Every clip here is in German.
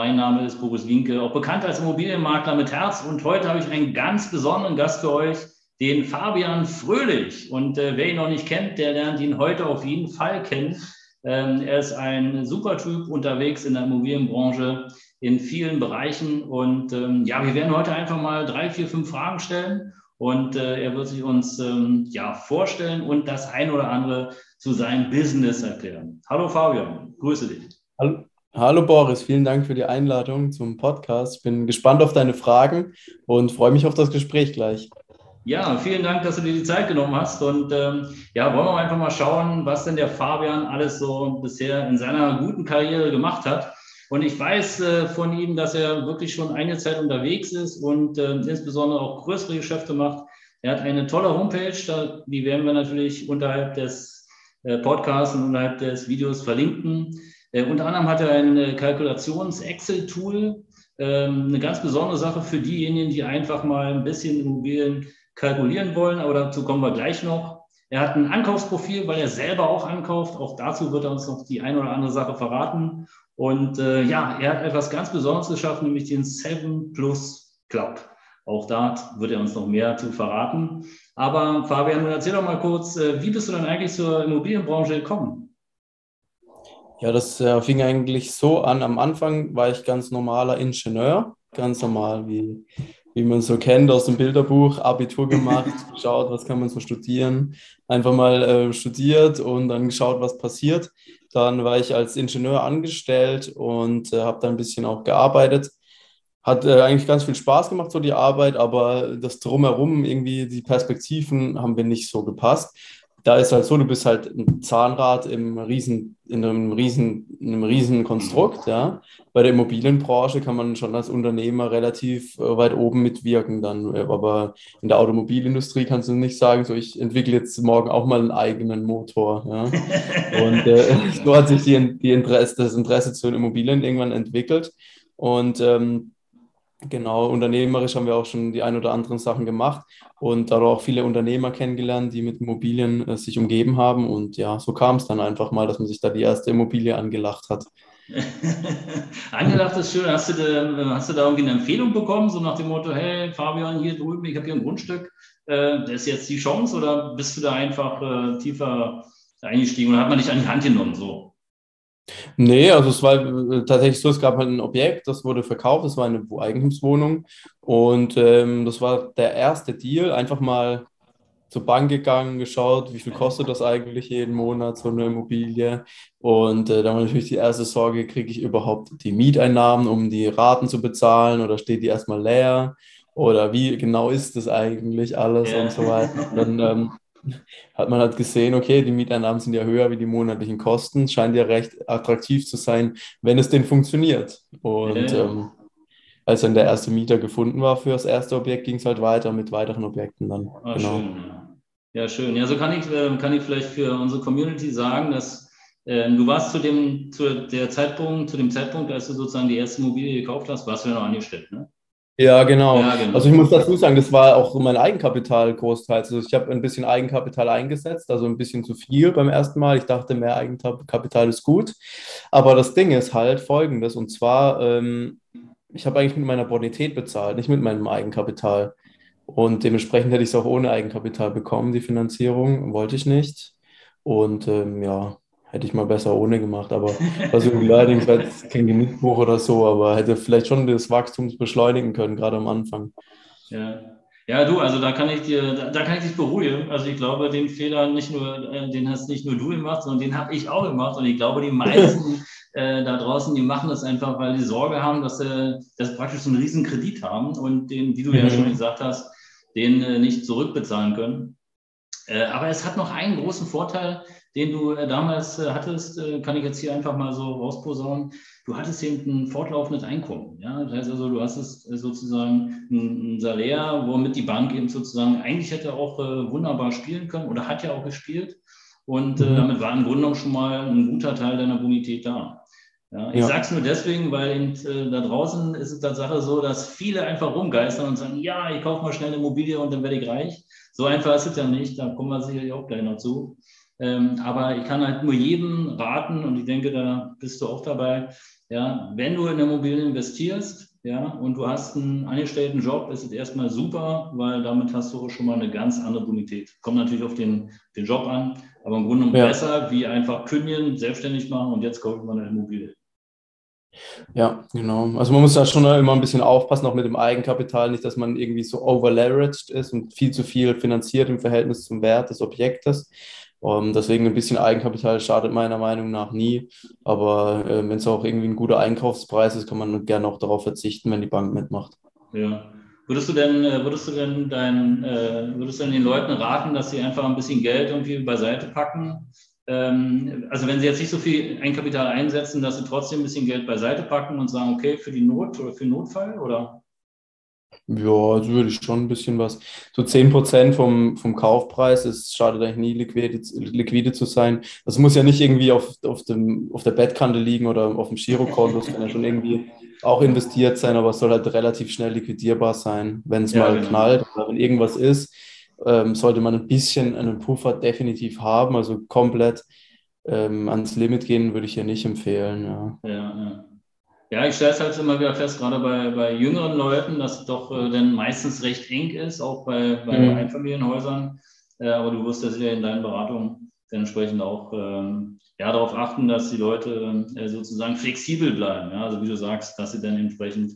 Mein Name ist Boris Wienke, auch bekannt als Immobilienmakler mit Herz. Und heute habe ich einen ganz besonderen Gast für euch, den Fabian Fröhlich. Und wer ihn noch nicht kennt, der lernt ihn heute auf jeden Fall kennen. Er ist ein super Typ unterwegs in der Immobilienbranche in vielen Bereichen. Und wir werden heute einfach mal 3, 4, 5 Fragen stellen. Und er wird sich uns vorstellen und das ein oder andere zu seinem Business erklären. Hallo Fabian, grüße dich. Hallo Boris, vielen Dank für die Einladung zum Podcast. Ich bin gespannt auf deine Fragen und freue mich auf das Gespräch gleich. Ja, vielen Dank, dass du dir die Zeit genommen hast. Und wollen wir einfach mal schauen, was denn der Fabian alles so bisher in seiner guten Karriere gemacht hat. Und ich weiß von ihm, dass er wirklich schon einige Zeit unterwegs ist und insbesondere auch größere Geschäfte macht. Er hat eine tolle Homepage, die werden wir natürlich unterhalb des Podcasts und unterhalb des Videos verlinken. Unter anderem hat er ein Kalkulations-Excel-Tool, eine ganz besondere Sache für diejenigen, die einfach mal ein bisschen Immobilien kalkulieren wollen, aber dazu kommen wir gleich noch. Er hat ein Ankaufsprofil, weil er selber auch ankauft. Auch dazu wird er uns noch die eine oder andere Sache verraten. Und er hat etwas ganz Besonderes geschaffen, nämlich den 7 Plus Club. Auch da wird er uns noch mehr zu verraten. Aber Fabian, erzähl doch mal kurz, wie bist du denn eigentlich zur Immobilienbranche gekommen? Ja, das fing eigentlich so an. Am Anfang war ich ganz normaler Ingenieur, ganz normal, wie man so kennt aus dem Bilderbuch, Abitur gemacht, geschaut, was kann man so studieren. Einfach mal studiert und dann geschaut, was passiert. Dann war ich als Ingenieur angestellt und habe dann ein bisschen auch gearbeitet. Hat eigentlich ganz viel Spaß gemacht, so die Arbeit, aber das Drumherum, irgendwie die Perspektiven haben mir nicht so gepasst. Da ist halt so, du bist halt ein Zahnrad in einem riesen Konstrukt, ja. Bei der Immobilienbranche kann man schon als Unternehmer relativ weit oben mitwirken dann, aber in der Automobilindustrie kannst du nicht sagen, so ich entwickle jetzt morgen auch mal einen eigenen Motor, ja. Und so hat sich das Interesse zu den Immobilien irgendwann entwickelt und genau, unternehmerisch haben wir auch schon die ein oder anderen Sachen gemacht und dadurch auch viele Unternehmer kennengelernt, die mit Immobilien sich umgeben haben. Und ja, so kam es dann einfach mal, dass man sich da die erste Immobilie angelacht hat. Angelacht ist schön. Hast du da irgendwie eine Empfehlung bekommen, so nach dem Motto, hey Fabian, hier drüben, ich habe hier ein Grundstück, das ist jetzt die Chance, oder bist du da einfach tiefer eingestiegen oder hat man dich an die Hand genommen? So? Nee, also es war tatsächlich so, es gab halt ein Objekt, das wurde verkauft, das war eine Eigentumswohnung und das war der erste Deal, einfach mal zur Bank gegangen, geschaut, wie viel kostet das eigentlich jeden Monat, so eine Immobilie. Und dann war natürlich die erste Sorge, kriege ich überhaupt die Mieteinnahmen, um die Raten zu bezahlen oder steht die erstmal leer? Oder wie genau ist das eigentlich alles und Ja. so weiter. Und dann hat man halt gesehen, okay, die Mieteinnahmen sind ja höher wie die monatlichen Kosten, scheint ja recht attraktiv zu sein, wenn es denn funktioniert. Und Ja. als dann der erste Mieter gefunden war für das erste Objekt, ging es halt weiter mit weiteren Objekten dann. Ah, Genau. schön. Ja. Ja, schön. Ja, so kann ich vielleicht für unsere Community sagen, dass du warst zu dem Zeitpunkt, als du sozusagen die erste Immobilie gekauft hast, warst du ja noch angestellt, ne? Ja, genau. Ja, Also ich genau. muss dazu sagen, das war auch mein Eigenkapital großteils. Also ich habe ein bisschen Eigenkapital eingesetzt, also ein bisschen zu viel beim ersten Mal. Ich dachte, mehr Eigenkapital ist gut. Aber das Ding ist halt folgendes, und zwar, ich habe eigentlich mit meiner Bonität bezahlt, nicht mit meinem Eigenkapital. Und dementsprechend hätte ich es auch ohne Eigenkapital bekommen, die Finanzierung. Wollte ich nicht. Und ja, hätte ich mal besser ohne gemacht. Aber was irgendwie leider, ich war jetzt kein Genickbruch oder so, aber hätte vielleicht schon das Wachstum beschleunigen können, gerade am Anfang. Ja. Ja, du, also da kann ich dich beruhigen. Also ich glaube, den Fehler den hast nicht nur du gemacht, sondern den habe ich auch gemacht. Und ich glaube, die meisten da draußen, die machen das einfach, weil die Sorge haben, dass sie praktisch so einen riesen Kredit haben und den, wie du ja schon Mhm. gesagt hast, den nicht zurückbezahlen können. Aber es hat noch einen großen Vorteil, den du damals hattest, kann ich jetzt hier einfach mal so rausposaunen. Du hattest eben ein fortlaufendes Einkommen. Ja? Das heißt also, du hast es sozusagen ein Salär, womit die Bank eben sozusagen eigentlich hätte auch wunderbar spielen können oder hat ja auch gespielt. Und Mhm. damit war im Grunde genommen schon mal ein guter Teil deiner Bonität da. Ja, ich sage Ja. es nur deswegen, weil eben, da draußen ist es Tatsache so, dass viele einfach rumgeistern und sagen, ja, ich kaufe mal schnell eine Immobilie und dann werde ich reich. So einfach ist es ja nicht, da kommen wir sicherlich auch gleich noch zu. Aber ich kann halt nur jedem raten, und ich denke, da bist du auch dabei, ja, wenn du in Immobilien investierst, ja, und du hast einen angestellten Job, ist es erstmal super, weil damit hast du auch schon mal eine ganz andere Bonität. Kommt natürlich auf den Job an, aber im Grunde Ja. besser, wie einfach kündigen, selbstständig machen und jetzt kaufe ich mal eine Immobilie. Ja, genau. Also man muss da schon immer ein bisschen aufpassen, auch mit dem Eigenkapital, nicht, dass man irgendwie so overleveraged ist und viel zu viel finanziert im Verhältnis zum Wert des Objektes. Deswegen ein bisschen Eigenkapital schadet meiner Meinung nach nie. Aber wenn es auch irgendwie ein guter Einkaufspreis ist, kann man gerne auch darauf verzichten, wenn die Bank mitmacht. Ja. Würdest du denn den Leuten raten, dass sie einfach ein bisschen Geld irgendwie beiseite packen? Also wenn sie jetzt nicht so viel Eigenkapital einsetzen, dass sie trotzdem ein bisschen Geld beiseite packen und sagen, okay, für die Not oder für den Notfall, oder? Ja, also würde ich schon ein bisschen was. So 10% vom Kaufpreis, es schadet eigentlich nie, liquide zu sein. Das muss ja nicht irgendwie auf der Bettkante liegen oder auf dem Girokonto. Das kann ja schon irgendwie auch investiert sein, aber es soll halt relativ schnell liquidierbar sein. Wenn es Ja, mal genau. knallt oder wenn irgendwas ist, sollte man ein bisschen einen Puffer definitiv haben. Also komplett ans Limit gehen würde ich ja nicht empfehlen. Ja. Ja, ja. Ja, ich stelle es halt immer wieder fest, gerade bei jüngeren Leuten, dass es doch dann meistens recht eng ist, auch bei Mhm. Einfamilienhäusern. Aber du wirst ja sicher in deinen Beratungen dann entsprechend auch ja, darauf achten, dass die Leute sozusagen flexibel bleiben. Ja? Also wie du sagst, dass sie dann entsprechend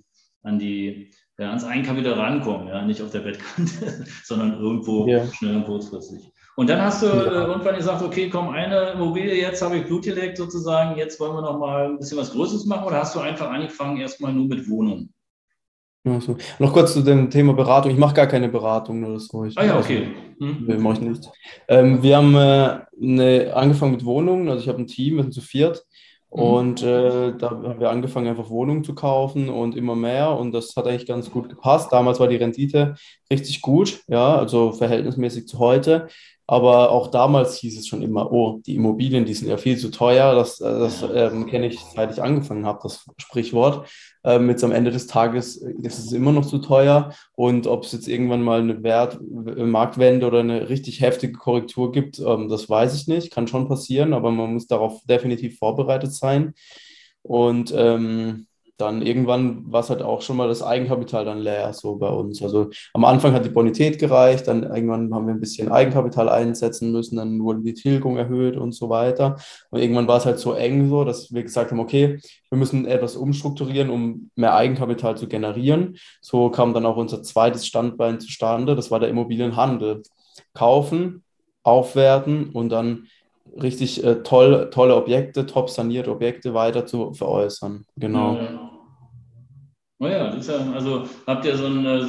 ans Eigenkapital rankommen, ja? Nicht auf der Bettkante, sondern irgendwo Ja. schnell und kurzfristig. Und dann hast du Ja. irgendwann gesagt, okay, komm, eine Immobilie, jetzt habe ich Blut geleckt sozusagen, jetzt wollen wir noch mal ein bisschen was Größeres machen, oder hast du einfach angefangen erstmal nur mit Wohnungen? Ja, so. Noch kurz zu dem Thema Beratung. Ich mache gar keine Beratung oder so. Ah ja, Also, okay. Hm? nee, mache ich nicht. Wir haben angefangen mit Wohnungen. Also, ich habe ein Team, wir sind zu viert. Und Mhm. da haben wir angefangen, einfach Wohnungen zu kaufen und immer mehr. Und das hat eigentlich ganz gut gepasst. Damals war die Rendite richtig gut, ja, also verhältnismäßig zu heute. Aber auch damals hieß es schon immer, oh, die Immobilien, die sind ja viel zu teuer. Das Ja. kenne ich, seit ich angefangen habe, das Sprichwort. Jetzt am Ende des Tages ist es immer noch zu teuer. Und ob es jetzt irgendwann mal eine Marktwende oder eine richtig heftige Korrektur gibt, das weiß ich nicht. Kann schon passieren, aber man muss darauf definitiv vorbereitet sein. Und dann irgendwann war es halt auch schon mal das Eigenkapital dann leer, so bei uns. Also am Anfang hat die Bonität gereicht, dann irgendwann haben wir ein bisschen Eigenkapital einsetzen müssen, dann wurde die Tilgung erhöht und so weiter. Und irgendwann war es halt so eng so, dass wir gesagt haben, okay, wir müssen etwas umstrukturieren, um mehr Eigenkapital zu generieren. So kam dann auch unser zweites Standbein zustande, das war der Immobilienhandel. Kaufen, aufwerten und dann richtig tolle Objekte, top sanierte Objekte weiter zu veräußern. Ja, Genau. ja. Naja, das ist ja, also habt ihr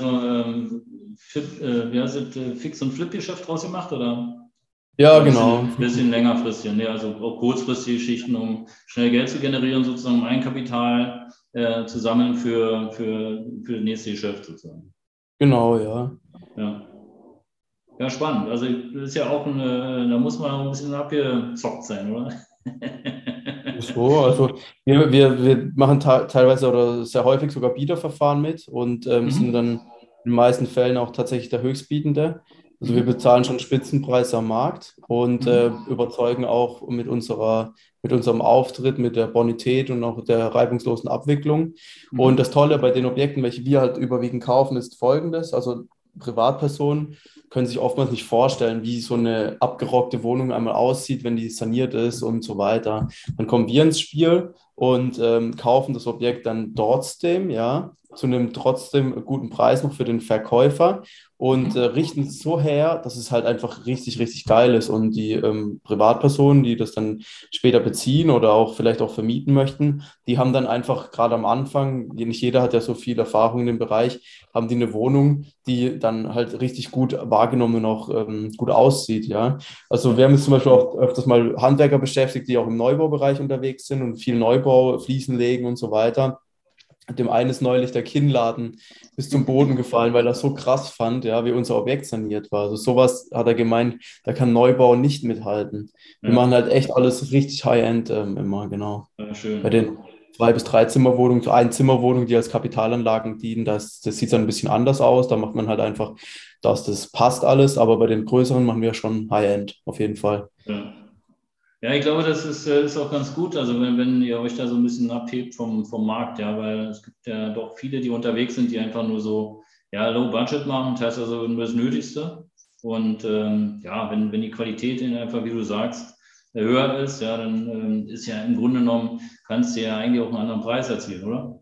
wie heißt es, Fix- und Flip-Geschäft draus gemacht, oder? Ja, Oder genau. ein bisschen längerfristig, ne? Also auch kurzfristige Geschichten, um schnell Geld zu generieren, sozusagen um Eigenkapital zu sammeln für das nächste Geschäft sozusagen. Genau, ja. Ja. Ja, spannend. Also das ist ja auch da muss man auch ein bisschen abgezockt sein, oder? So, also wir machen teilweise oder sehr häufig sogar Bieterverfahren mit und sind dann Mhm. in den meisten Fällen auch tatsächlich der Höchstbietende. Also wir Mhm. bezahlen schon Spitzenpreis am Markt und Mhm. überzeugen auch mit unserem Auftritt, mit der Bonität und auch der reibungslosen Abwicklung. Und das Mhm. Tolle bei den Objekten, welche wir halt überwiegend kaufen, ist Folgendes. Also Privatpersonen können sich oftmals nicht vorstellen, wie so eine abgerockte Wohnung einmal aussieht, wenn die saniert ist und so weiter. Dann kommen wir ins Spiel und kaufen das Objekt dann trotzdem, ja, zu einem trotzdem guten Preis noch für den Verkäufer und Mhm. richten es so her, dass es halt einfach richtig, richtig geil ist. Und die Privatpersonen, die das dann später beziehen oder auch vielleicht auch vermieten möchten, die haben dann einfach gerade am Anfang, nicht jeder hat ja so viel Erfahrung in dem Bereich, haben die eine Wohnung, die dann halt richtig gut wahrgenommen und auch gut aussieht, ja. Also wir haben Ja. jetzt zum Beispiel auch öfters mal Handwerker beschäftigt, die auch im Neubaubereich unterwegs sind und viel Neubau, Fliesen legen und so weiter. Dem einen ist neulich der Kinnladen bis zum Boden gefallen, weil er so krass fand, ja, wie unser Objekt saniert war. Also sowas hat er gemeint, da kann Neubau nicht mithalten. Wir machen Ja. halt echt alles richtig High-End immer, genau. Ja, Bei schön. den 2 bis 3 Zimmerwohnungen, so Einzimmerwohnungen, die als Kapitalanlagen dienen, das sieht dann ein bisschen anders aus. Da macht man halt einfach, dass das passt alles, aber bei den größeren machen wir schon High-End, auf jeden Fall. Ja. Ja, ich glaube, das ist auch ganz gut, also wenn ihr euch da so ein bisschen abhebt vom Markt, ja, weil es gibt ja doch viele, die unterwegs sind, die einfach nur so, ja, Low Budget machen, das heißt also nur das Nötigste. Und ja, wenn die Qualität in einfach, wie du sagst, höher ist, ja, dann ist ja im Grunde genommen, kannst du ja eigentlich auch einen anderen Preis erzielen, oder?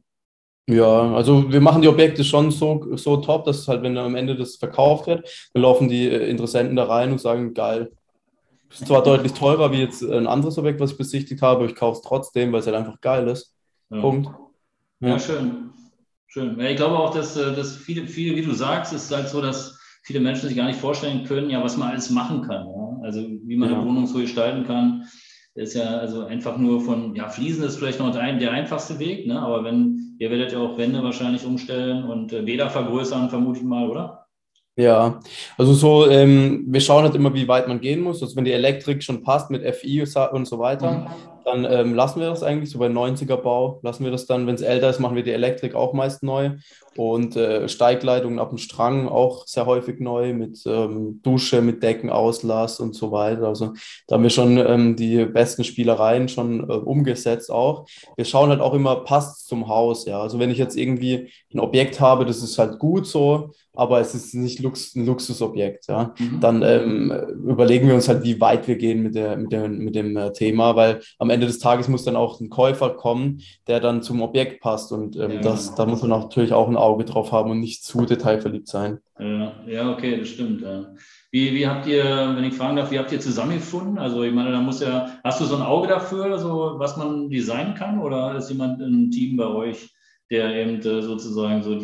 Ja, also wir machen die Objekte schon so top, dass halt, wenn am Ende das verkauft wird, dann laufen die Interessenten da rein und sagen, geil. Ist zwar deutlich teurer wie jetzt ein anderes Objekt, was ich besichtigt habe, aber ich kaufe es trotzdem, weil es halt einfach geil ist. Ja, Punkt. ja, Ja. schön. Schön. Ja, ich glaube auch, dass viele, wie du sagst, ist halt so, dass viele Menschen sich gar nicht vorstellen können, ja, was man alles machen kann. Ja? Also wie man eine Ja. Wohnung so gestalten kann, ist ja also einfach nur von, ja, Fliesen ist vielleicht noch der einfachste Weg, ne? Aber ihr werdet ja auch Wände wahrscheinlich umstellen und Bäder vergrößern, vermute ich mal, oder? Ja, also so, wir schauen halt immer, wie weit man gehen muss. Also wenn die Elektrik schon passt mit FI und so weiter, Mhm. dann lassen wir das eigentlich, so bei 90er Bau lassen wir das dann. Wenn es älter ist, machen wir die Elektrik auch meist neu. Und Steigleitungen ab dem Strang auch sehr häufig neu mit Dusche, mit Deckenauslass und so weiter. Also da haben wir schon die besten Spielereien schon umgesetzt auch. Wir schauen halt auch immer, passt es zum Haus, ja. Also wenn ich jetzt irgendwie ein Objekt habe, das ist halt gut so, aber es ist nicht ein Luxusobjekt, ja. Mhm. Dann überlegen wir uns halt, wie weit wir gehen mit dem Thema, weil am Ende des Tages muss dann auch ein Käufer kommen, der dann zum Objekt passt und Ja, da genau. muss man auch natürlich auch ein Auge drauf haben und nicht zu detailverliebt sein. Ja, ja, okay, das stimmt. Ja. Wie habt ihr, wenn ich fragen darf, wie habt ihr zusammengefunden? Also ich meine, hast du so ein Auge dafür, so was man designen kann, oder ist jemand im Team bei euch, der eben sozusagen so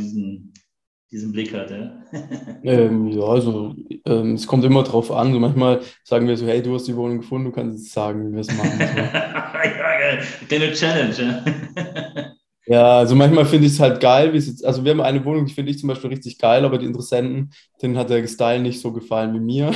diesen Blick hat, ja? Ja, also es kommt immer drauf an. So manchmal sagen wir so, hey, du hast die Wohnung gefunden, du kannst jetzt sagen, wie wir es machen. So. Ja, geil. Kleine Challenge, ja. Ja, also manchmal finde ich es halt geil, wie es jetzt, also wir haben eine Wohnung, die finde ich zum Beispiel richtig geil, aber die Interessenten, denen hat der Style nicht so gefallen wie mir.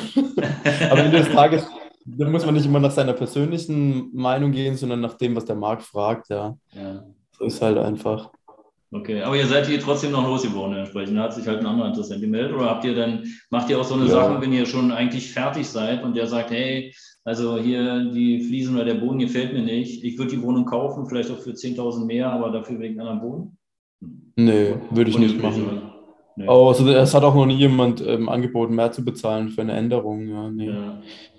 Am Ende des Tages, da muss man nicht immer nach seiner persönlichen Meinung gehen, sondern nach dem, was der Markt fragt, ja. Ja, So ist halt einfach. okay. Aber ihr seid hier trotzdem noch losgeworden entsprechend. Da hat sich halt ein anderer Interessent gemeldet. Oder macht ihr auch so eine Sache, Ja. wenn ihr schon eigentlich fertig seid und der sagt, hey, also hier die Fliesen oder der Boden gefällt mir nicht. Ich würde die Wohnung kaufen, vielleicht auch für 10.000 mehr, aber dafür wegen anderen Boden? Nö, würde ich nicht Unüblich, machen. oder? Nee. Oh, also es hat auch noch nie jemand angeboten, mehr zu bezahlen für eine Änderung, ja, nee. Ja.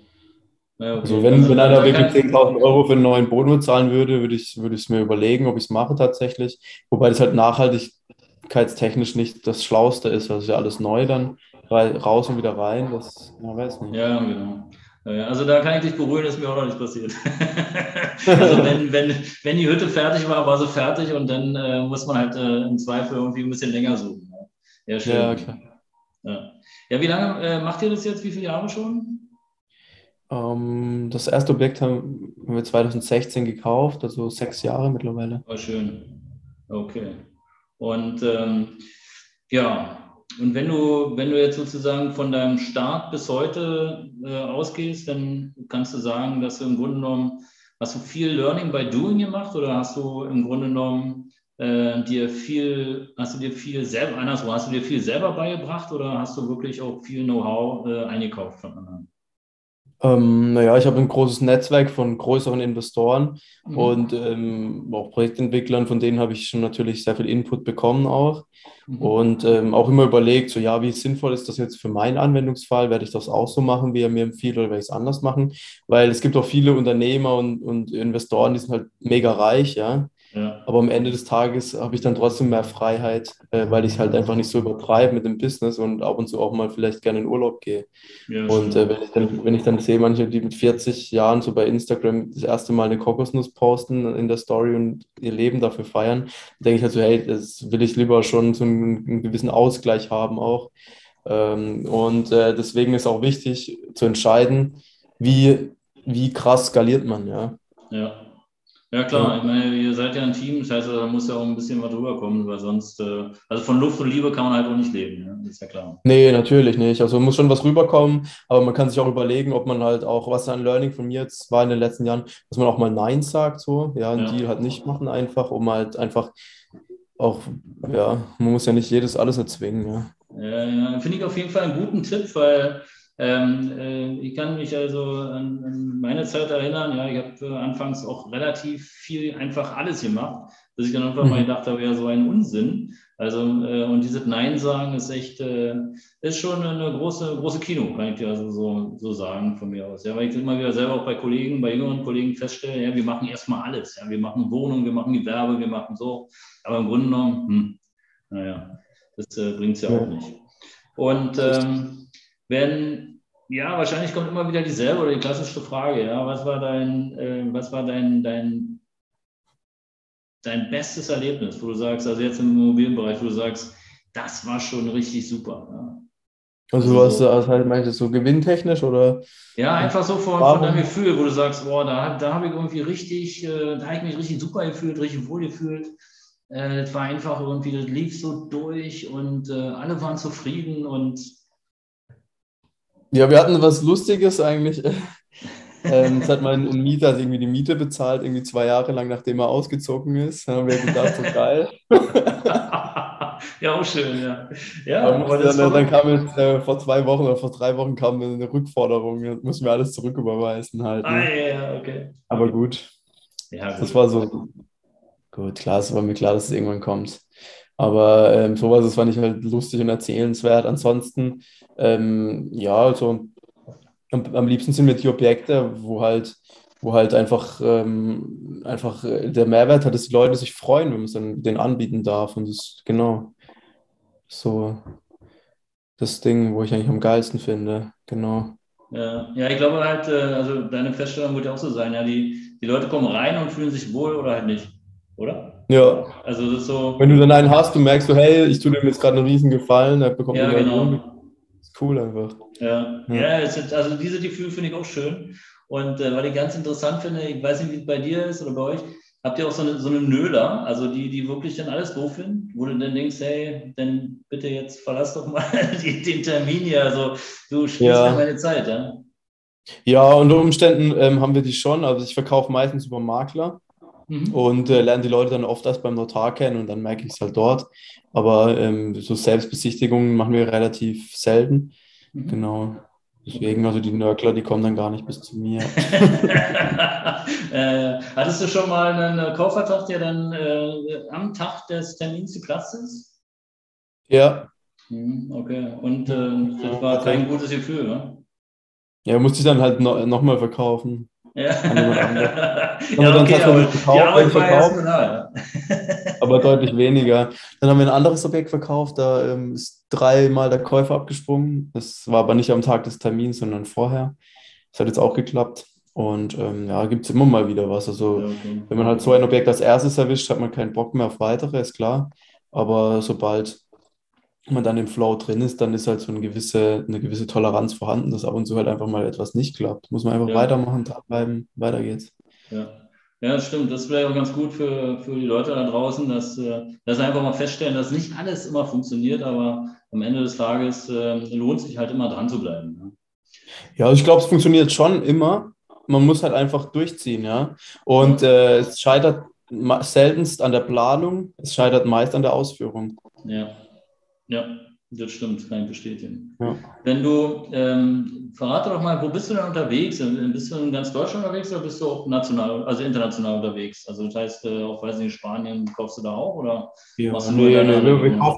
Ja, Also okay. Also wenn einer da wirklich kann, 10.000 Euro für einen neuen Boden bezahlen würde, würde ich es mir überlegen, ob ich es mache tatsächlich. Wobei das halt nachhaltigkeitstechnisch nicht das Schlauste ist. Also ist ja alles neu dann, weil raus und wieder rein, das, ja, weiß nicht. ja, genau. Also da kann ich dich beruhigen, ist mir auch noch nicht passiert. Also wenn die Hütte fertig war, war sie fertig und dann muss man halt im Zweifel irgendwie ein bisschen länger suchen. Ja, ja, Ja, schön. klar. Ja, ja, wie lange macht ihr das jetzt? Wie viele Jahre schon? Das erste Objekt haben wir 2016 gekauft, also 6 Jahre mittlerweile. Oh, schön. Okay. Und ja, und wenn du jetzt sozusagen von deinem Start bis heute ausgehst, dann kannst du sagen, dass du im Grunde genommen, hast du viel Learning by Doing gemacht oder hast du im Grunde genommen hast du dir viel selber, anderswo, hast du dir viel selber beigebracht oder hast du wirklich auch viel Know-how eingekauft von anderen? Naja, ich habe ein großes Netzwerk von größeren Investoren und Mhm. auch Projektentwicklern, von denen habe ich schon natürlich sehr viel Input bekommen auch. Mhm. Und auch immer überlegt, so ja, wie sinnvoll ist das jetzt für meinen Anwendungsfall? Werde ich das auch so machen, wie er mir empfiehlt, oder werde ich es anders machen? Weil es gibt auch viele Unternehmer und Investoren, die sind halt mega reich, ja. Ja, Aber am Ende des Tages habe ich dann trotzdem mehr Freiheit, weil ich halt einfach nicht so übertreibe mit dem Business und ab und zu auch mal vielleicht gerne in Urlaub gehe. ja, Und stimmt. wenn ich dann sehe, manche, die mit 40 Jahren so bei Instagram das erste Mal eine Kokosnuss posten in der Story und ihr Leben dafür feiern, denke ich halt so, hey, das will ich lieber schon so einen gewissen Ausgleich haben auch. Deswegen ist auch wichtig zu entscheiden, wie, wie krass skaliert man, ja. Ja. Ja, klar, ich Ja. meine, ihr seid ja ein Team, das heißt, da muss ja auch ein bisschen was rüberkommen, weil sonst, also von Luft und Liebe kann man halt auch nicht leben, ja? Das ist ja klar. Nee, natürlich nicht. Also muss schon was rüberkommen, aber man kann sich auch überlegen, ob man halt auch, was ein Learning von mir jetzt war in den letzten Jahren, dass man auch mal Nein sagt, so, ja, einen Ja, Deal halt nicht machen einfach, um halt einfach auch, ja, man muss ja nicht jedes alles erzwingen, ja. ja, finde ich auf jeden Fall einen guten Tipp, weil Ich kann mich also an meine Zeit erinnern, ja, ich habe anfangs auch relativ viel einfach alles gemacht, bis ich dann einfach mal Mhm. gedacht habe, ja, so ein Unsinn. Also, und dieses Nein sagen ist echt, ist schon eine große Kino, kann ich dir also so sagen von mir aus. Ja, weil ich immer wieder selber auch bei Kollegen, bei jüngeren Kollegen feststelle, ja, wir machen erstmal alles. Ja, wir machen Wohnungen, wir machen Gewerbe, wir machen so. Aber im Grunde genommen, naja, das bringt es ja auch Ja, nicht. Und wenn, ja, wahrscheinlich kommt immer wieder dieselbe oder die klassische Frage, ja, was war dein bestes Erlebnis, wo du sagst, also jetzt im Immobilienbereich, wo du sagst, das war schon richtig super. Ja. also Also was, so, was halt meinst du, so gewinntechnisch oder ja, einfach so von deinem Erfahrung? Gefühl, wo du sagst, boah, da habe ich irgendwie richtig, da habe ich mich richtig super gefühlt, richtig wohl gefühlt. Das war einfach irgendwie, das lief so durch und alle waren zufrieden und Ja, wir hatten was Lustiges eigentlich. Es hat mal ein Mieter hat irgendwie die Miete bezahlt, irgendwie 2 Jahre lang, nachdem er ausgezogen ist. Da haben wir gedacht, so geil. ja, auch schön, ja. Ja, Aber aber musste das ist dann verrückt. kam jetzt vor 2 Wochen oder vor 3 Wochen kam eine Rückforderung. Jetzt mussten wir alles zurücküberweisen halt, Ah, ne? ja, ja, okay. Aber gut, Ja, das gut. war so, gut, klar, es war mir klar, dass es irgendwann kommt. Aber sowas, das fand ich halt lustig und erzählenswert. Ansonsten, ja, also am liebsten sind mir die Objekte, wo halt einfach der Mehrwert hat, dass die Leute sich freuen, wenn man es dann denen anbieten darf. Und das ist genau so das Ding, wo ich eigentlich am geilsten finde. Genau. Ja, ja, ich glaube halt, also deine Feststellung wird ja auch so sein, ja, die Leute kommen rein und fühlen sich wohl oder halt nicht, oder? Ja, Also das ist wenn so, du dann einen hast, du merkst so, hey, ich tue dem jetzt gerade einen riesen Gefallen, er bekommt eine ja, neue Wohnung. genau. Ist cool einfach. Ja, Ja. ja, also diese Gefühle finde ich auch schön. Und weil ich ganz interessant finde, ich weiß nicht, wie es bei dir ist oder bei euch, habt ihr auch so eine Nöler, also die wirklich dann alles doof finden, wo du dann denkst, hey, dann bitte jetzt verlass doch mal den Termin hier, also du stehst mir Ja, meine Zeit, ja. ja, unter Umständen haben wir die schon. Also ich verkaufe meistens über Makler Mhm. und lerne die Leute dann oft erst beim Notar kennen und dann merke ich es halt dort. Aber so Selbstbesichtigungen machen wir relativ selten. Mhm. Genau. Okay. Deswegen, also die Nörgler, die kommen dann gar nicht bis zu mir. Hattest du schon mal einen Kaufvertrag, der dann am Tag des Termins geplatzt ist? Ja, Mhm, okay. Und das ja, war kein tatsächlich. gutes Gefühl, ne? Ja, musste ich dann halt nochmal verkaufen Ja. an jemand anderes. Dann haben wir Ja, dann okay, aber tatsächlich die verkauft, Arbeit war ja erstmal verkauft, da. Ja. aber deutlich weniger. Dann haben wir ein anderes Objekt verkauft, da ist 3-mal der Käufer abgesprungen. Das war aber nicht am Tag des Termins, sondern vorher. Das hat jetzt auch geklappt. Und ja, gibt es immer mal wieder was. Ja, Also, okay. wenn man halt so ein Objekt als erstes erwischt, hat man keinen Bock mehr auf weitere, ist klar. Aber sobald man dann im Flow drin ist, dann ist halt so eine gewisse Toleranz vorhanden, dass ab und zu halt einfach mal etwas nicht klappt. Muss man einfach Ja, weitermachen, dranbleiben, weiter geht's. ja. Ja, das stimmt. Das wäre auch ganz gut für die Leute da draußen, dass sie einfach mal feststellen, dass nicht alles immer funktioniert, aber am Ende des Tages lohnt sich halt immer dran zu bleiben. Ne? Ja, also ich glaube, es funktioniert schon immer. Man muss halt einfach durchziehen, ja. Und Ja, es scheitert seltenst an der Planung, es scheitert meist an der Ausführung. ja, ja, das stimmt, kann ich bestätigen. Ja. Wenn du, verrate doch mal, wo bist du denn unterwegs? Bist du in ganz Deutschland unterwegs oder bist du auch national, also international unterwegs? Also das heißt, auch, weiß nicht, in Spanien kaufst du da auch oder machst Ja, du nur in nee, deiner nee, wir Region?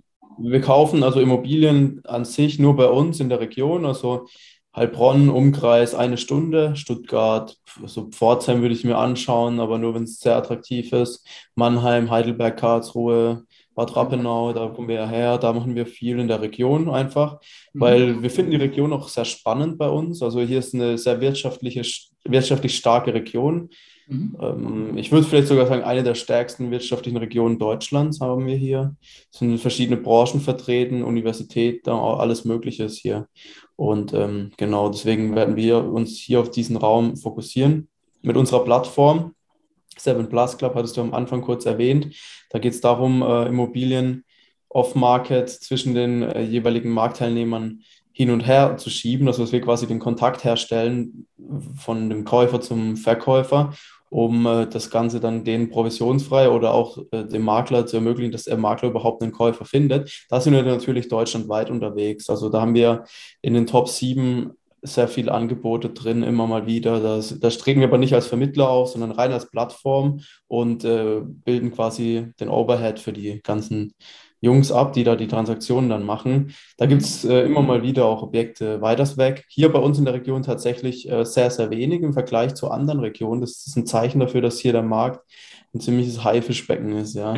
kaufen also Immobilien an sich nur bei uns in der Region, also Heilbronn, Umkreis 1 Stunde, Stuttgart, so Pforzheim würde ich mir anschauen, aber nur wenn es sehr attraktiv ist. Mannheim, Heidelberg, Karlsruhe, Bad Okay. Rappenau, da kommen wir ja her, da machen wir viel in der Region einfach, weil Mhm. wir finden die Region auch sehr spannend bei uns. Also hier ist eine sehr wirtschaftlich starke Region. Mhm. Ich würde vielleicht sogar sagen, eine der stärksten wirtschaftlichen Regionen Deutschlands haben wir hier. Es sind verschiedene Branchen vertreten, Universität, alles Mögliche ist hier. Und genau, deswegen werden wir uns hier auf diesen Raum fokussieren mit unserer Plattform. Seven Plus Club hattest du am Anfang kurz erwähnt. Da geht es darum, Immobilien off-Market zwischen den jeweiligen Marktteilnehmern hin und her zu schieben, also dass wir quasi den Kontakt herstellen von dem Käufer zum Verkäufer um das Ganze dann denen provisionsfrei oder auch dem Makler zu ermöglichen, dass der Makler überhaupt einen Käufer findet. Da sind wir natürlich deutschlandweit unterwegs. Also da haben wir in den Top 7 sehr viele Angebote drin, immer mal wieder. Das treten wir aber nicht als Vermittler auf, sondern rein als Plattform und bilden quasi den Overhead für die ganzen Jungs ab, die da die Transaktionen dann machen. Da gibt es immer mal wieder auch Objekte weiters weg. Hier bei uns in der Region tatsächlich sehr, sehr wenig im Vergleich zu anderen Regionen. Das ist ein Zeichen dafür, dass hier der Markt ein ziemliches Haifischbecken ist, ja.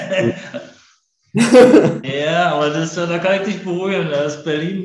Ja, aber da kann ich dich beruhigen. Da ist Berlin,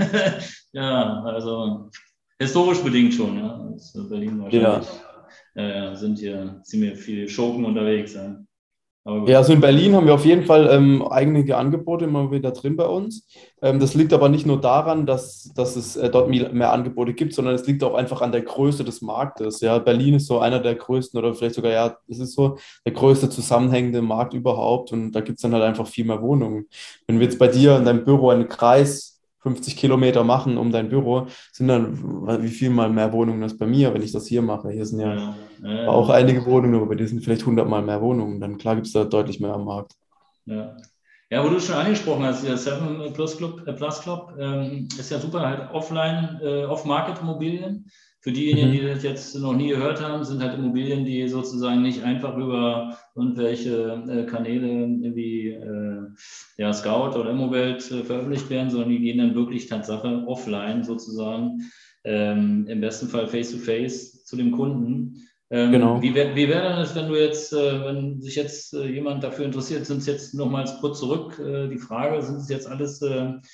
ja, also historisch bedingt schon, ja. Das ist Berlin wahrscheinlich, Ja. sind hier ziemlich viele Schurken unterwegs. Ja. Aber Ja, gut. also in Berlin haben wir auf jeden Fall einige Angebote immer wieder drin bei uns. Das liegt aber nicht nur daran, dass es dort mehr Angebote gibt, sondern es liegt auch einfach an der Größe des Marktes. Ja, Berlin ist so einer der größten oder vielleicht sogar, ja, es ist so der größte zusammenhängende Markt überhaupt und da gibt es dann halt einfach viel mehr Wohnungen. Wenn wir jetzt bei dir in deinem Büro einen Kreis 50 Kilometer machen um dein Büro, sind dann wie viel mal mehr Wohnungen als bei mir, wenn ich das hier mache. Hier sind ja Ja, auch einige Wohnungen, aber bei dir sind vielleicht 100 Mal mehr Wohnungen. Dann klar gibt es da deutlich mehr am Markt. ja. Ja, wo du es schon angesprochen hast, der Seven Plus Club ist ja super, halt offline, Off-Market-Immobilien. Für diejenigen, die das jetzt noch nie gehört haben, sind halt Immobilien, die sozusagen nicht einfach über irgendwelche Kanäle wie ja, Scout oder Immowelt veröffentlicht werden, sondern die gehen dann wirklich Tatsache offline sozusagen, im besten Fall face-to-face zu dem Kunden. Genau. Wie wäre dann das, wenn du jetzt, wenn sich jetzt jemand dafür interessiert, sind es jetzt nochmals kurz zurück die Frage, sind es jetzt alles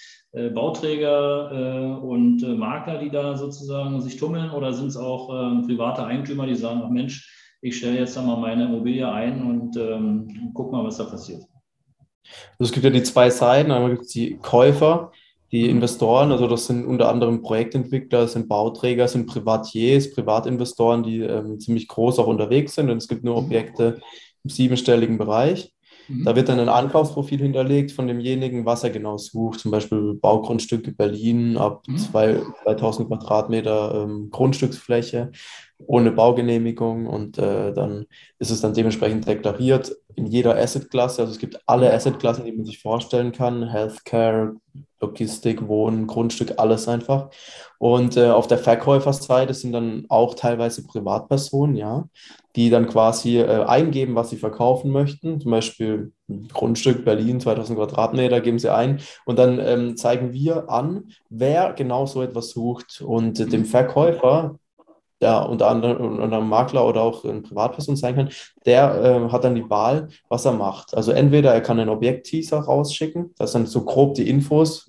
Bauträger und Makler, die da sozusagen sich tummeln oder sind es auch private Eigentümer, die sagen, ach Mensch, ich stelle jetzt da mal meine Immobilie ein und guck mal, was da passiert. Also es gibt ja die zwei Seiten. Einmal gibt es die Käufer, die Mhm. Investoren, also das sind unter anderem Projektentwickler, das sind Bauträger, das sind Privatiers, Privatinvestoren, die ziemlich groß auch unterwegs sind. Und es gibt nur Objekte im siebenstelligen Bereich. Da Mhm. wird dann ein Ankaufsprofil hinterlegt von demjenigen, was er genau sucht. Zum Beispiel Baugrundstücke Berlin ab Mhm. 2000 Quadratmeter Grundstücksfläche ohne Baugenehmigung und dann ist es dann dementsprechend deklariert in jeder Assetklasse. Also es gibt alle Mhm. Assetklassen, die man sich vorstellen kann. Healthcare, Logistik, Wohnen, Grundstück, alles einfach. Und auf der Verkäuferseite sind dann auch teilweise Privatpersonen, ja, die dann quasi eingeben, was sie verkaufen möchten. Zum Beispiel ein Grundstück Berlin, 2000 Quadratmeter, geben sie ein. Und dann zeigen wir an, wer genau so etwas sucht. Und dem Mhm. Verkäufer, der unter anderem ein Makler oder auch eine Privatperson sein kann, der hat dann die Wahl, was er macht. Also entweder er kann einen Objekt-Teaser rausschicken, das sind so grob die Infos,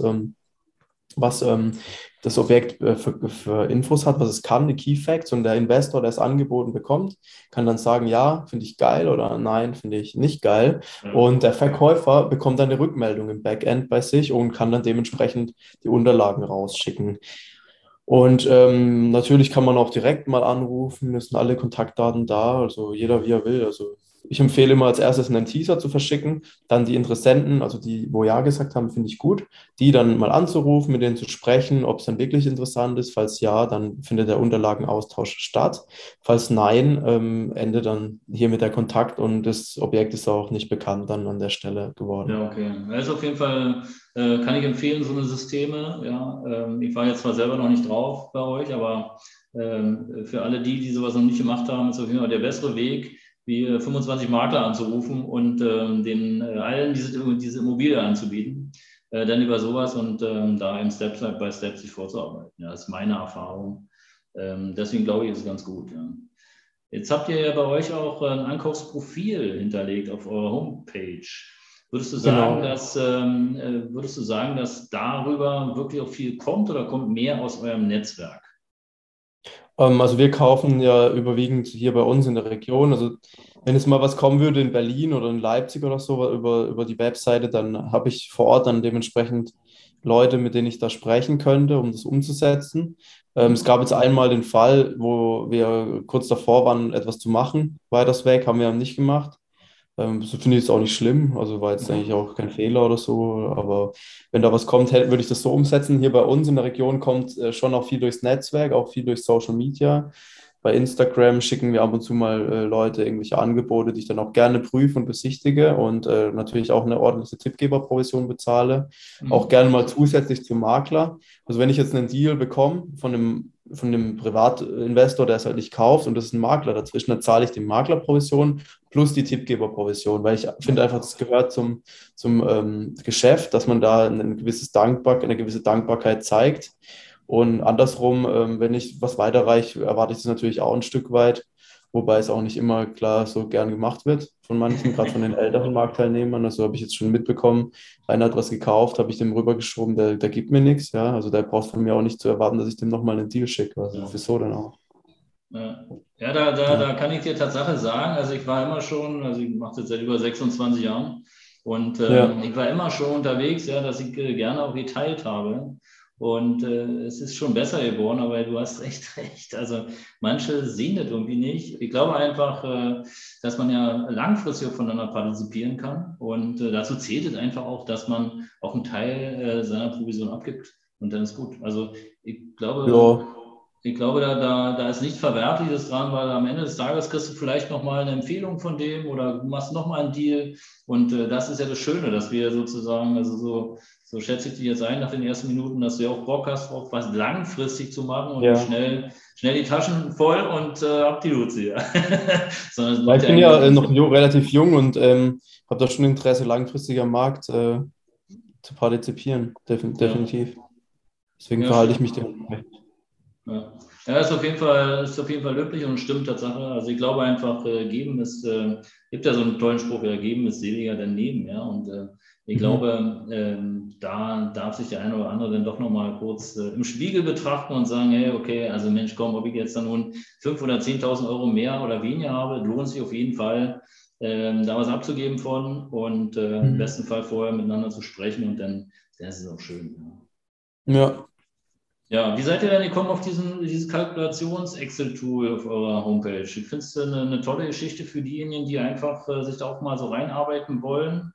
was das Objekt für Infos hat, was es kann, die Key Facts. Und der Investor, der es angeboten bekommt, kann dann sagen, ja, finde ich geil oder nein, finde ich nicht geil. Ja. Und der Verkäufer bekommt dann eine Rückmeldung im Backend bei sich und kann dann dementsprechend die Unterlagen rausschicken. Und natürlich kann man auch direkt mal anrufen, es sind alle Kontaktdaten da, also jeder wie er will. Also ich empfehle immer als erstes einen Teaser zu verschicken, dann die Interessenten, also die, wo ja gesagt haben, finde ich gut, die dann mal anzurufen, mit denen zu sprechen, ob es dann wirklich interessant ist. Falls ja, dann findet der Unterlagenaustausch statt. Falls nein, endet dann hiermit der Kontakt und das Objekt ist auch nicht bekannt dann an der Stelle geworden. Ja, okay. Also auf jeden Fall kann ich empfehlen, so eine Systeme. Ja, ich war jetzt zwar selber noch nicht drauf bei euch, aber für alle die, die sowas noch nicht gemacht haben, ist auf jeden Fall der bessere Weg, wie 25 Makler anzurufen und den allen diese Immobilie anzubieten. Dann über sowas und da im Step by Step sich vorzuarbeiten. Ja, das ist meine Erfahrung. Deswegen glaube ich, ist es ganz gut. Ja. Jetzt habt ihr ja bei euch auch ein Ankaufsprofil hinterlegt auf eurer Homepage. Genau. Würdest du sagen, dass darüber wirklich auch viel kommt oder kommt mehr aus eurem Netzwerk? Also wir kaufen ja überwiegend hier bei uns in der Region. Also wenn jetzt mal was kommen würde in Berlin oder in Leipzig oder so über die Webseite, dann habe ich vor Ort dann dementsprechend Leute, mit denen ich da sprechen könnte, um das umzusetzen. Es Mhm. gab jetzt einmal den Fall, wo wir kurz davor waren, etwas zu machen, weiters weg, haben wir nicht gemacht. So finde ich es auch nicht schlimm. Also war jetzt eigentlich Mhm. auch kein Fehler oder so. Aber wenn da was kommt, würde ich das so umsetzen. Hier bei uns in der Region kommt schon auch viel durchs Netzwerk, auch viel durch Social Media. Bei Instagram schicken wir ab und zu mal Leute irgendwelche Angebote, die ich dann auch gerne prüfe und besichtige und natürlich auch eine ordentliche Tippgeberprovision bezahle. Auch gerne mal zusätzlich zum Makler. Also wenn ich jetzt einen Deal bekomme von dem Privatinvestor, der es halt nicht kauft und das ist ein Makler dazwischen, dann zahle ich die Maklerprovision plus die Tippgeberprovision, weil ich finde einfach, das gehört zum Geschäft, dass man da eine gewisse Dankbarkeit zeigt. Und andersrum, wenn ich was weiterreiche, erwarte ich das natürlich auch ein Stück weit, wobei es auch nicht immer klar so gern gemacht wird von manchen, gerade von den älteren Marktteilnehmern. Also habe ich jetzt schon mitbekommen, einer hat was gekauft, habe ich dem rübergeschoben, der gibt mir nichts. Ja? Also der braucht von mir auch nicht zu erwarten, dass ich dem nochmal einen Deal schicke. Also wieso denn auch? Ja, da kann ich dir Tatsache sagen, also ich war immer schon, also ich mache das jetzt seit über 26 Jahren und ich war immer schon unterwegs, ja, dass ich gerne auch geteilt habe. Und es ist schon besser geworden, aber du hast echt recht. Also manche sehen das irgendwie nicht. Ich glaube einfach, dass man ja langfristig voneinander partizipieren kann. Und dazu zählt es einfach auch, dass man auch einen Teil seiner Provision abgibt. Und dann ist gut. Also ich glaube, Ja. da ist nichts Verwerfliches dran, weil am Ende des Tages kriegst du vielleicht nochmal eine Empfehlung von dem oder du machst nochmal einen Deal. Und das ist ja das Schöne, dass wir sozusagen, also so schätze ich dich jetzt ein nach den ersten Minuten, dass du ja auch Bock hast, auch was langfristig zu machen und nicht schnell die Taschen voll und ab die Luzi. Ich bin ja noch relativ jung und habe da schon Interesse, langfristig am Markt zu partizipieren, definitiv. Deswegen verhalte ich mich dementsprechend. Ja, ist auf jeden Fall löblich und stimmt Tatsache. Also ich glaube einfach, geben ist, gibt ja so einen tollen Spruch, ja, geben ist seliger denn nehmen, ja. Und ich glaube, da darf sich der eine oder andere dann doch nochmal kurz im Spiegel betrachten und sagen, hey, okay, also Mensch, komm, ob ich jetzt dann nun 5.000 oder 10.000 Euro mehr oder weniger habe, lohnt sich auf jeden Fall, da was abzugeben von und im besten Fall vorher miteinander zu sprechen und dann ist es auch schön. Ja. Ja, wie seid ihr denn gekommen auf dieses Kalkulations-Excel-Tool auf eurer Homepage? Ich finde es eine tolle Geschichte für diejenigen, die einfach sich da auch mal so reinarbeiten wollen.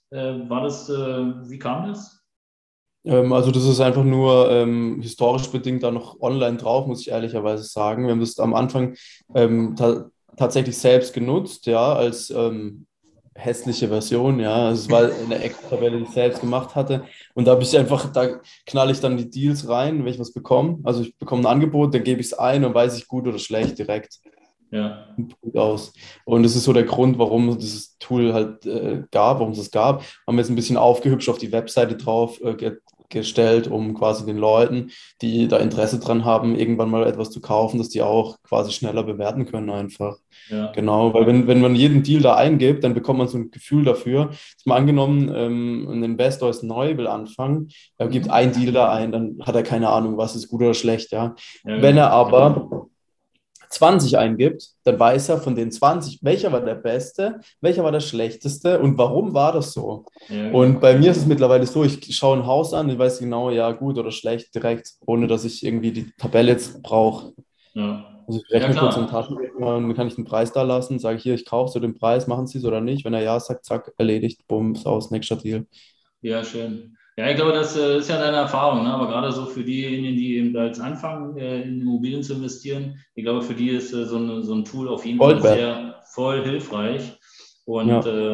Wie kam das? Also das ist einfach nur historisch bedingt da noch online drauf, muss ich ehrlicherweise sagen. Wir haben das am Anfang tatsächlich selbst genutzt, ja, als hässliche Version, ja. Also es war eine Excel-Tabelle, die ich selbst gemacht hatte. Und da knalle ich dann die Deals rein, wenn ich was bekomme. Also ich bekomme ein Angebot, dann gebe ich es ein und weiß ich gut oder schlecht direkt. Ja. Gut aus. Und das ist so der Grund, warum es dieses Tool halt warum es es gab. Haben wir jetzt ein bisschen aufgehübscht auf die Webseite drauf gestellt, um quasi den Leuten, die da Interesse dran haben, irgendwann mal etwas zu kaufen, dass die auch quasi schneller bewerten können einfach. Ja. Genau, weil wenn man jeden Deal da eingibt, dann bekommt man so ein Gefühl dafür. Jetzt mal angenommen, ein Investor ist neu, will anfangen, er gibt ein Deal da ein, dann hat er keine Ahnung, was ist gut oder schlecht, ja. Wenn er aber 20 eingibt, dann weiß er von den 20, welcher war der beste, welcher war der schlechteste und warum war das so. Ja. Und bei mir ist es mittlerweile so, ich schaue ein Haus an, ich weiß genau, ja, gut oder schlecht direkt, ohne dass ich irgendwie die Tabelle jetzt brauche. Ja. Also ich rechne kurz in den Taschenrechner und dann kann ich den Preis da lassen, sage ich hier, ich kaufe so den Preis, machen Sie es oder nicht. Wenn er ja sagt, zack, erledigt, bumm, ist aus, nächster Deal. Ja, schön. Ja, ich glaube, das ist ja deine Erfahrung, ne? Aber gerade so für diejenigen, die eben als anfangen, in Immobilien zu investieren, ich glaube, für die ist so ein Tool auf jeden Fall sehr voll hilfreich. Und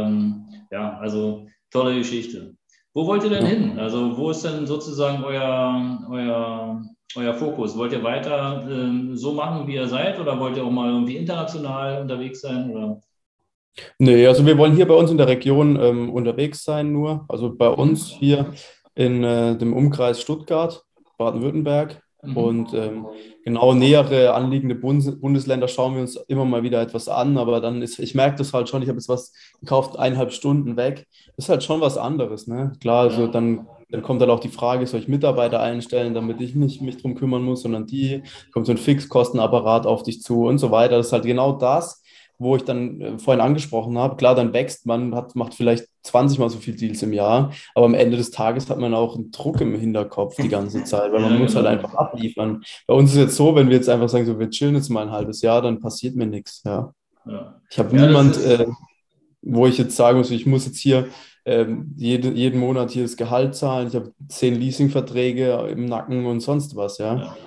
also tolle Geschichte. Wo wollt ihr denn hin? Also wo ist denn sozusagen euer Fokus? Wollt ihr weiter so machen, wie ihr seid, oder wollt ihr auch mal irgendwie international unterwegs sein? Oder? Nee, also wir wollen hier bei uns in der Region unterwegs sein nur. Also bei uns hier in dem Umkreis Stuttgart, Baden-Württemberg und genau nähere anliegende Bundesländer schauen wir uns immer mal wieder etwas an, aber ich merke das halt schon, ich habe jetzt was gekauft, 1,5 Stunden weg. Das ist halt schon was anderes, ne? Klar, also dann kommt halt auch die Frage, soll ich Mitarbeiter einstellen, damit ich nicht mich drum kümmern muss, sondern kommt so ein Fixkostenapparat auf dich zu und so weiter. Das ist halt genau das, wo ich dann vorhin angesprochen habe. Klar, dann wächst man, macht vielleicht 20 Mal so viel Deals im Jahr, aber am Ende des Tages hat man auch einen Druck im Hinterkopf die ganze Zeit, weil man muss halt einfach abliefern. Bei uns ist es jetzt so, wenn wir jetzt einfach sagen, so, wir chillen jetzt mal ein halbes Jahr, dann passiert mir nichts. Ja. Ich habe niemand, wo ich jetzt sagen muss, ich muss jetzt hier jeden Monat hier das Gehalt zahlen, ich habe 10 Leasingverträge im Nacken und sonst was, ja.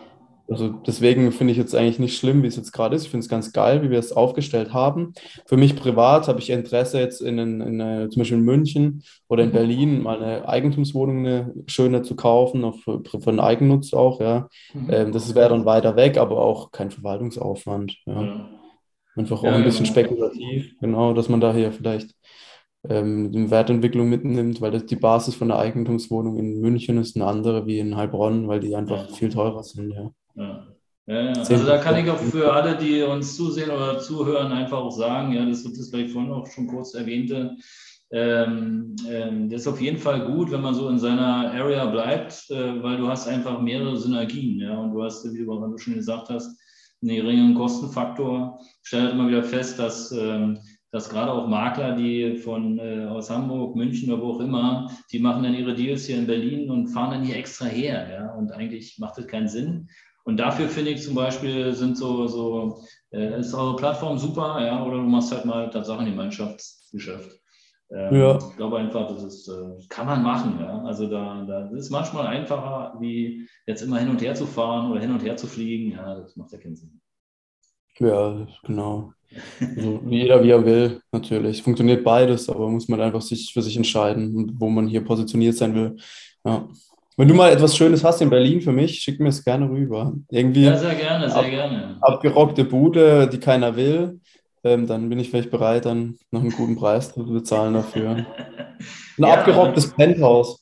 Also deswegen finde ich jetzt eigentlich nicht schlimm, wie es jetzt gerade ist. Ich finde es ganz geil, wie wir es aufgestellt haben. Für mich privat habe ich Interesse jetzt zum Beispiel in München oder in Mhm. Berlin mal eine Eigentumswohnung, eine schöne zu kaufen, auch für einen Eigennutz auch, ja. Mhm. Das wäre dann weiter weg, aber auch kein Verwaltungsaufwand, ja. Ja. Einfach auch Ja, ein bisschen genau. spekulativ, genau, dass man da hier vielleicht eine Wertentwicklung mitnimmt, weil die Basis von der Eigentumswohnung in München ist eine andere wie in Heilbronn, weil die Ja. einfach viel teurer sind, ja. Ja. Ja, ja. Also da kann 10%. ich auch für alle, die uns zusehen oder zuhören, einfach auch sagen, ja, das wird das vielleicht vorhin auch schon kurz erwähnte, das ist auf jeden Fall gut, wenn man so in seiner Area bleibt, weil du hast einfach mehrere Synergien, ja, und du hast, wie du schon gesagt hast, einen geringen Kostenfaktor. Ich stelle halt immer wieder fest, dass gerade auch Makler, die aus Hamburg, München oder wo auch immer, die machen dann ihre Deals hier in Berlin und fahren dann hier extra her, ja, und eigentlich macht das keinen Sinn. Und dafür finde ich zum Beispiel ist eure Plattform super, ja, oder du machst halt mal Tatsachen Gemeinschaftsgeschäft. Ja, Ich glaube einfach, kann man machen, ja. Also das ist manchmal einfacher, wie jetzt immer hin und her zu fahren oder hin und her zu fliegen. Ja, das macht ja keinen Sinn. ja, genau. Also jeder wie er will, natürlich. Funktioniert beides, aber muss man einfach sich für sich entscheiden, wo man hier positioniert sein will. Ja. Wenn du mal Ja, etwas Schönes hast in Berlin für mich, schick mir es gerne rüber. ja, Irgendwie sehr gerne, sehr gerne. abgerockte Bude, die keiner will, dann bin ich vielleicht bereit, dann noch einen guten Preis zu bezahlen dafür. Ein Ja, abgerocktes Penthouse.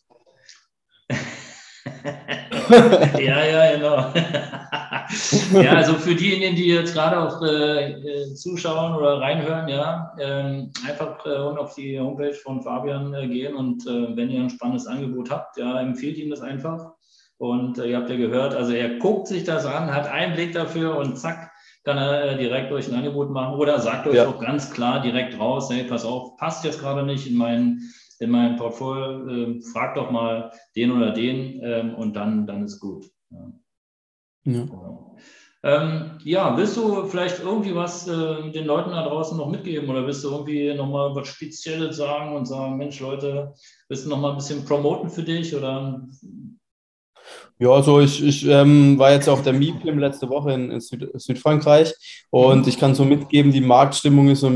ja, ja, genau. Ja, also für diejenigen, die jetzt gerade auch zuschauen oder reinhören, ja, einfach auf die Homepage von Fabian gehen und wenn ihr ein spannendes Angebot habt, ja, empfiehlt ihm das einfach. Und ihr habt ja gehört, also er guckt sich das an, hat einen Blick dafür und zack, kann er direkt euch ein Angebot machen oder sagt euch Ja, auch ganz klar direkt raus, hey, pass auf, passt jetzt gerade nicht in mein Portfolio, frag doch mal den oder den und dann ist gut. Ja, ja. genau. Ja, willst du vielleicht irgendwie was den Leuten da draußen noch mitgeben oder willst du irgendwie nochmal was Spezielles sagen und sagen, Mensch Leute, willst du nochmal ein bisschen promoten für dich oder? Ja, also ich war jetzt auf der MIPIM letzte Woche in Südfrankreich und ich Mhm. kann so mitgeben, die Marktstimmung ist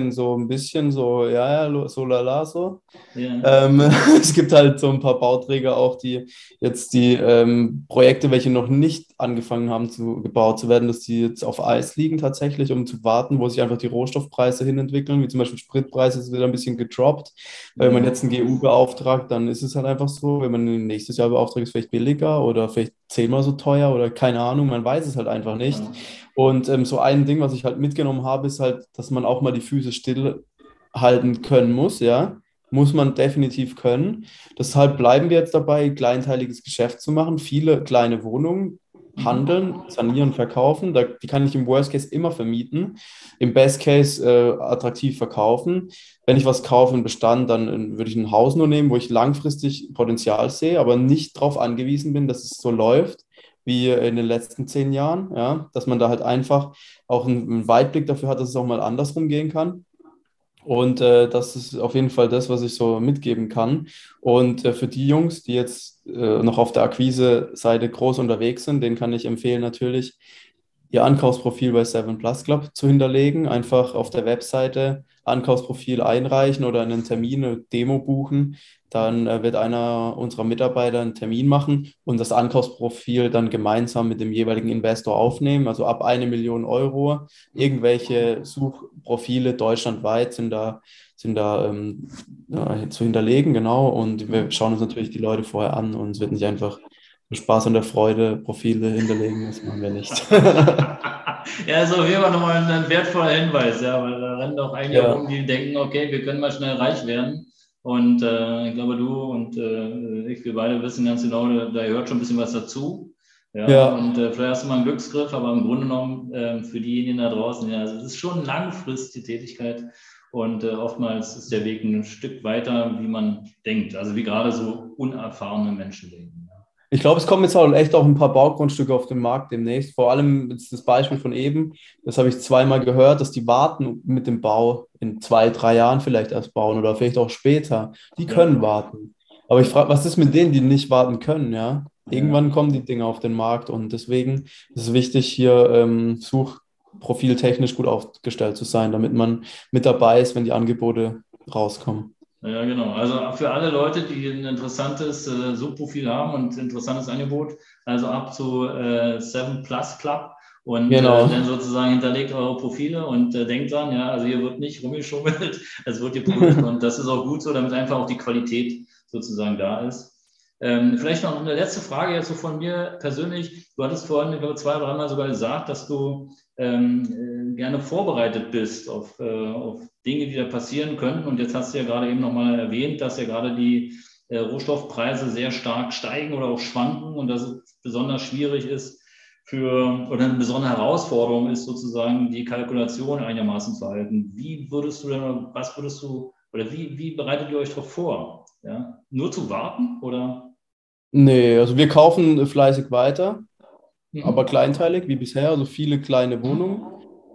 so, ja, so lala, so. Ja. Es gibt halt so ein paar Bauträger auch, die jetzt die Projekte, welche noch nicht angefangen haben gebaut zu werden, dass die jetzt auf Eis liegen tatsächlich, um zu warten, wo sich einfach die Rohstoffpreise hinentwickeln, wie zum Beispiel Spritpreise ist wieder ein bisschen gedroppt. Wenn man Ja. jetzt ein GU beauftragt, dann ist es halt einfach so, wenn man ein nächstes Jahr beauftragt, ist es vielleicht billiger oder vielleicht zehnmal so teuer oder keine Ahnung, man weiß es halt einfach nicht. Ja. Und so ein Ding, was ich halt mitgenommen habe, ist halt, dass man auch mal die Füße still halten können muss, ja. Muss man definitiv können. Deshalb bleiben wir jetzt dabei, kleinteiliges Geschäft zu machen, viele kleine Wohnungen handeln, Mhm. sanieren, verkaufen. Die kann ich im Worst Case immer vermieten, im Best Case attraktiv verkaufen. Wenn ich was kaufe in Bestand, dann würde ich ein Haus nur nehmen, wo ich langfristig Potenzial sehe, aber nicht darauf angewiesen bin, dass es so läuft wie in den letzten 10 Jahren. Ja? Dass man da halt einfach auch einen Weitblick dafür hat, dass es auch mal andersrum gehen kann. Und das ist auf jeden Fall das, was ich so mitgeben kann. Und für die Jungs, die jetzt noch auf der Akquise-Seite groß unterwegs sind, denen kann ich empfehlen, natürlich ihr Ankaufsprofil bei Seven Plus Club zu hinterlegen. Einfach auf der Webseite Ankaufsprofil einreichen oder einen Termin, eine Demo buchen. Dann wird einer unserer Mitarbeiter einen Termin machen und das Ankaufsprofil dann gemeinsam mit dem jeweiligen Investor aufnehmen. Also ab 1 Million Euro. Irgendwelche Suchprofile deutschlandweit sind da zu hinterlegen, genau. Und wir schauen uns natürlich die Leute vorher an und es wird nicht einfach Spaß und der Freude Profile hinterlegen, das machen wir nicht. Ja, ist auf jeden Fall nochmal ein wertvoller Hinweis, ja, weil da rennen doch einige Ja, rum, die denken, okay, wir können mal schnell reich werden. Und ich glaube, du und ich, wir beide wissen ganz genau, da gehört schon ein bisschen was dazu. Ja, ja. und vielleicht hast du mal einen Glücksgriff, aber im Grunde genommen für diejenigen da draußen, ja, also es ist schon langfristige Tätigkeit und oftmals ist der Weg ein Stück weiter, wie man denkt, also wie gerade so unerfahrene Menschen denken. Ja. Ich glaube, es kommen jetzt auch echt auch ein paar Baugrundstücke auf den Markt demnächst. Vor allem jetzt das Beispiel von eben, das habe ich zweimal gehört, dass die warten mit dem Bau in 2, 3 Jahren vielleicht erst bauen oder vielleicht auch später. Die Ja, können warten. Aber ich ja. frage, was ist mit denen, die nicht warten können, ja? Irgendwann kommen die Dinge auf den Markt und deswegen ist es wichtig, hier suchprofiltechnisch gut aufgestellt zu sein, damit man mit dabei ist, wenn die Angebote rauskommen. Ja, genau. Also für alle Leute, die ein interessantes Suchprofil haben und interessantes Angebot, also ab zu 7 Plus Club und Genau. dann sozusagen hinterlegt eure Profile und denkt dran, ja, also hier wird nicht rumgeschummelt, es wird geprüft und das ist auch gut so, damit einfach auch die Qualität sozusagen da ist. Vielleicht noch eine letzte Frage jetzt so von mir persönlich. Du hattest vorhin, ich glaube, 2, 3 Mal sogar gesagt, dass du gerne vorbereitet bist auf Dinge, die da passieren können. Und jetzt hast du ja gerade eben nochmal erwähnt, dass ja gerade die Rohstoffpreise sehr stark steigen oder auch schwanken und dass es besonders schwierig ist oder eine besondere Herausforderung ist, sozusagen die Kalkulation einigermaßen zu halten. Wie würdest du denn, was würdest du, oder wie bereitet ihr euch darauf vor? Ja? Nur zu warten oder? Nee, also wir kaufen fleißig weiter, aber kleinteilig wie bisher, also viele kleine Wohnungen.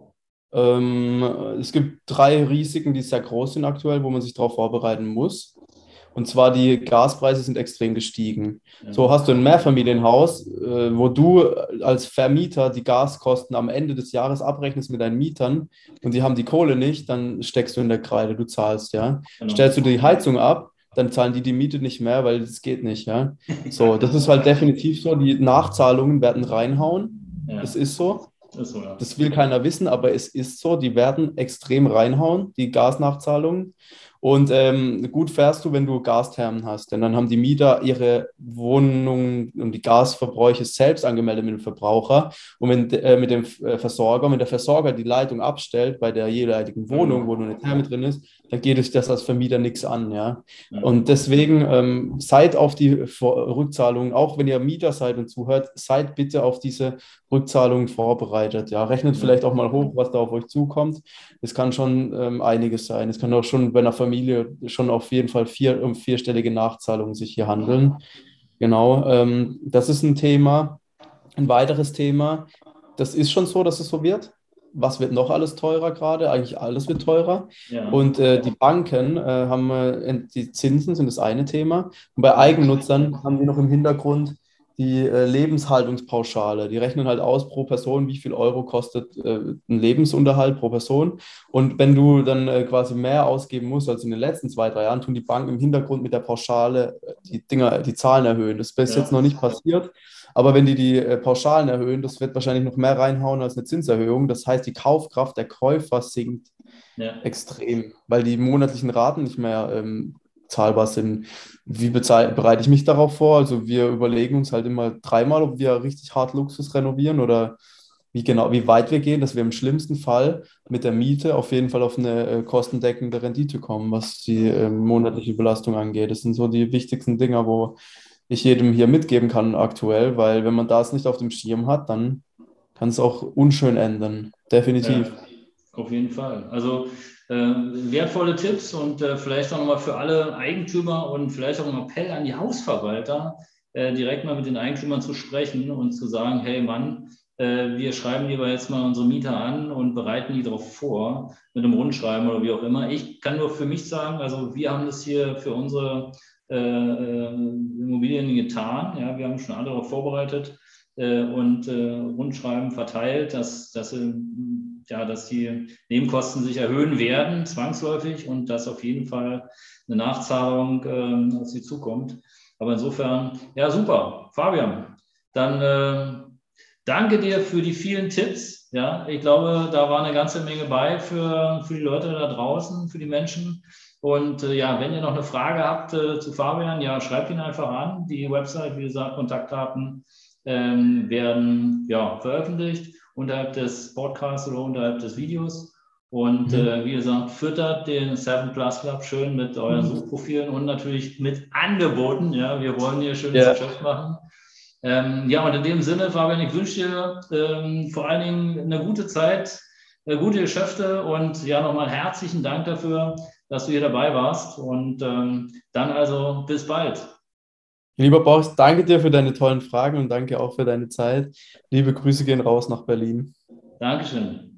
Es gibt 3 Risiken, die sehr groß sind aktuell, wo man sich darauf vorbereiten muss. Und zwar die Gaspreise sind extrem gestiegen. Ja. So hast du ein Mehrfamilienhaus, wo du als Vermieter die Gaskosten am Ende des Jahres abrechnest mit deinen Mietern und die haben die Kohle nicht, dann steckst du in der Kreide, du zahlst, ja. Genau. Stellst du die Heizung ab, dann zahlen die Miete nicht mehr, weil das geht nicht, ja. So, das ist halt definitiv so, die Nachzahlungen werden reinhauen, Ja. das ist so. Ist so, ja. Das will keiner wissen, aber es ist so, die werden extrem reinhauen, die Gasnachzahlungen. Und gut fährst du, wenn du Gasthermen hast, denn dann haben die Mieter ihre Wohnungen und die Gasverbräuche selbst angemeldet mit dem Verbraucher. Und mit dem Versorger, wenn der Versorger die Leitung abstellt bei der jeweiligen Wohnung, wo nur eine Therme drin ist, dann geht es das als Vermieter nichts an. Ja? Und deswegen seid auf die Rückzahlungen, auch wenn ihr Mieter seid und zuhört, seid bitte auf diese Rückzahlungen vorbereitet. Ja? Rechnet vielleicht auch mal hoch, was da auf euch zukommt. Es kann schon einiges sein. Es kann auch schon bei einer Familie schon auf jeden Fall vierstellige Nachzahlungen sich hier handeln. Genau, das ist ein Thema. Ein weiteres Thema, das ist schon so, dass es so wird. Was wird noch alles teurer gerade? Eigentlich alles wird teurer. Ja. Und die Banken haben die Zinsen sind das eine Thema. Und bei Eigennutzern haben die noch im Hintergrund die Lebenshaltungspauschale. Die rechnen halt aus pro Person, wie viel Euro kostet ein Lebensunterhalt pro Person. Und wenn du dann quasi mehr ausgeben musst als in den letzten 2, 3 Jahren, tun die Banken im Hintergrund mit der Pauschale die Zahlen erhöhen. Das ist jetzt noch nicht passiert. Aber wenn die Pauschalen erhöhen, das wird wahrscheinlich noch mehr reinhauen als eine Zinserhöhung. Das heißt, die Kaufkraft der Käufer sinkt extrem, weil die monatlichen Raten nicht mehr zahlbar sind. Wie bereite ich mich darauf vor? Also wir überlegen uns halt immer 3-mal, ob wir richtig hart Luxus renovieren oder wie weit wir gehen, dass wir im schlimmsten Fall mit der Miete auf jeden Fall auf eine kostendeckende Rendite kommen, was die monatliche Belastung angeht. Das sind so die wichtigsten Dinger, wo ich jedem hier mitgeben kann aktuell, weil wenn man das nicht auf dem Schirm hat, dann kann es auch unschön enden. Definitiv. Ja, auf jeden Fall. Also wertvolle Tipps und vielleicht auch nochmal für alle Eigentümer und vielleicht auch ein Appell an die Hausverwalter, direkt mal mit den Eigentümern zu sprechen und zu sagen, hey Mann, wir schreiben lieber jetzt mal unsere Mieter an und bereiten die darauf vor, mit einem Rundschreiben oder wie auch immer. Ich kann nur für mich sagen, also wir haben das hier für unsere Immobilien getan. Ja, wir haben schon alle darauf vorbereitet und Rundschreiben verteilt, dass die Nebenkosten sich erhöhen werden, zwangsläufig, und dass auf jeden Fall eine Nachzahlung auf sie zukommt. Aber insofern, ja, super. Fabian, dann danke dir für die vielen Tipps. Ja, ich glaube, da war eine ganze Menge bei für die Leute da draußen, für die Menschen. Und ja, wenn ihr noch eine Frage habt zu Fabian, ja, schreibt ihn einfach an. Die Website, wie gesagt, Kontaktdaten werden veröffentlicht unterhalb des Podcasts oder unterhalb des Videos. Und wie gesagt, füttert den 7 Plus Club schön mit euren Suchprofilen und natürlich mit Angeboten. Ja, wir wollen hier schönes Geschäft machen. Und in dem Sinne, Fabian, ich wünsche dir vor allen Dingen eine gute Zeit, gute Geschäfte und ja, nochmal herzlichen Dank dafür, dass du hier dabei warst. Und dann also bis bald. Lieber Boris, danke dir für deine tollen Fragen und danke auch für deine Zeit. Liebe Grüße gehen raus nach Berlin. Dankeschön.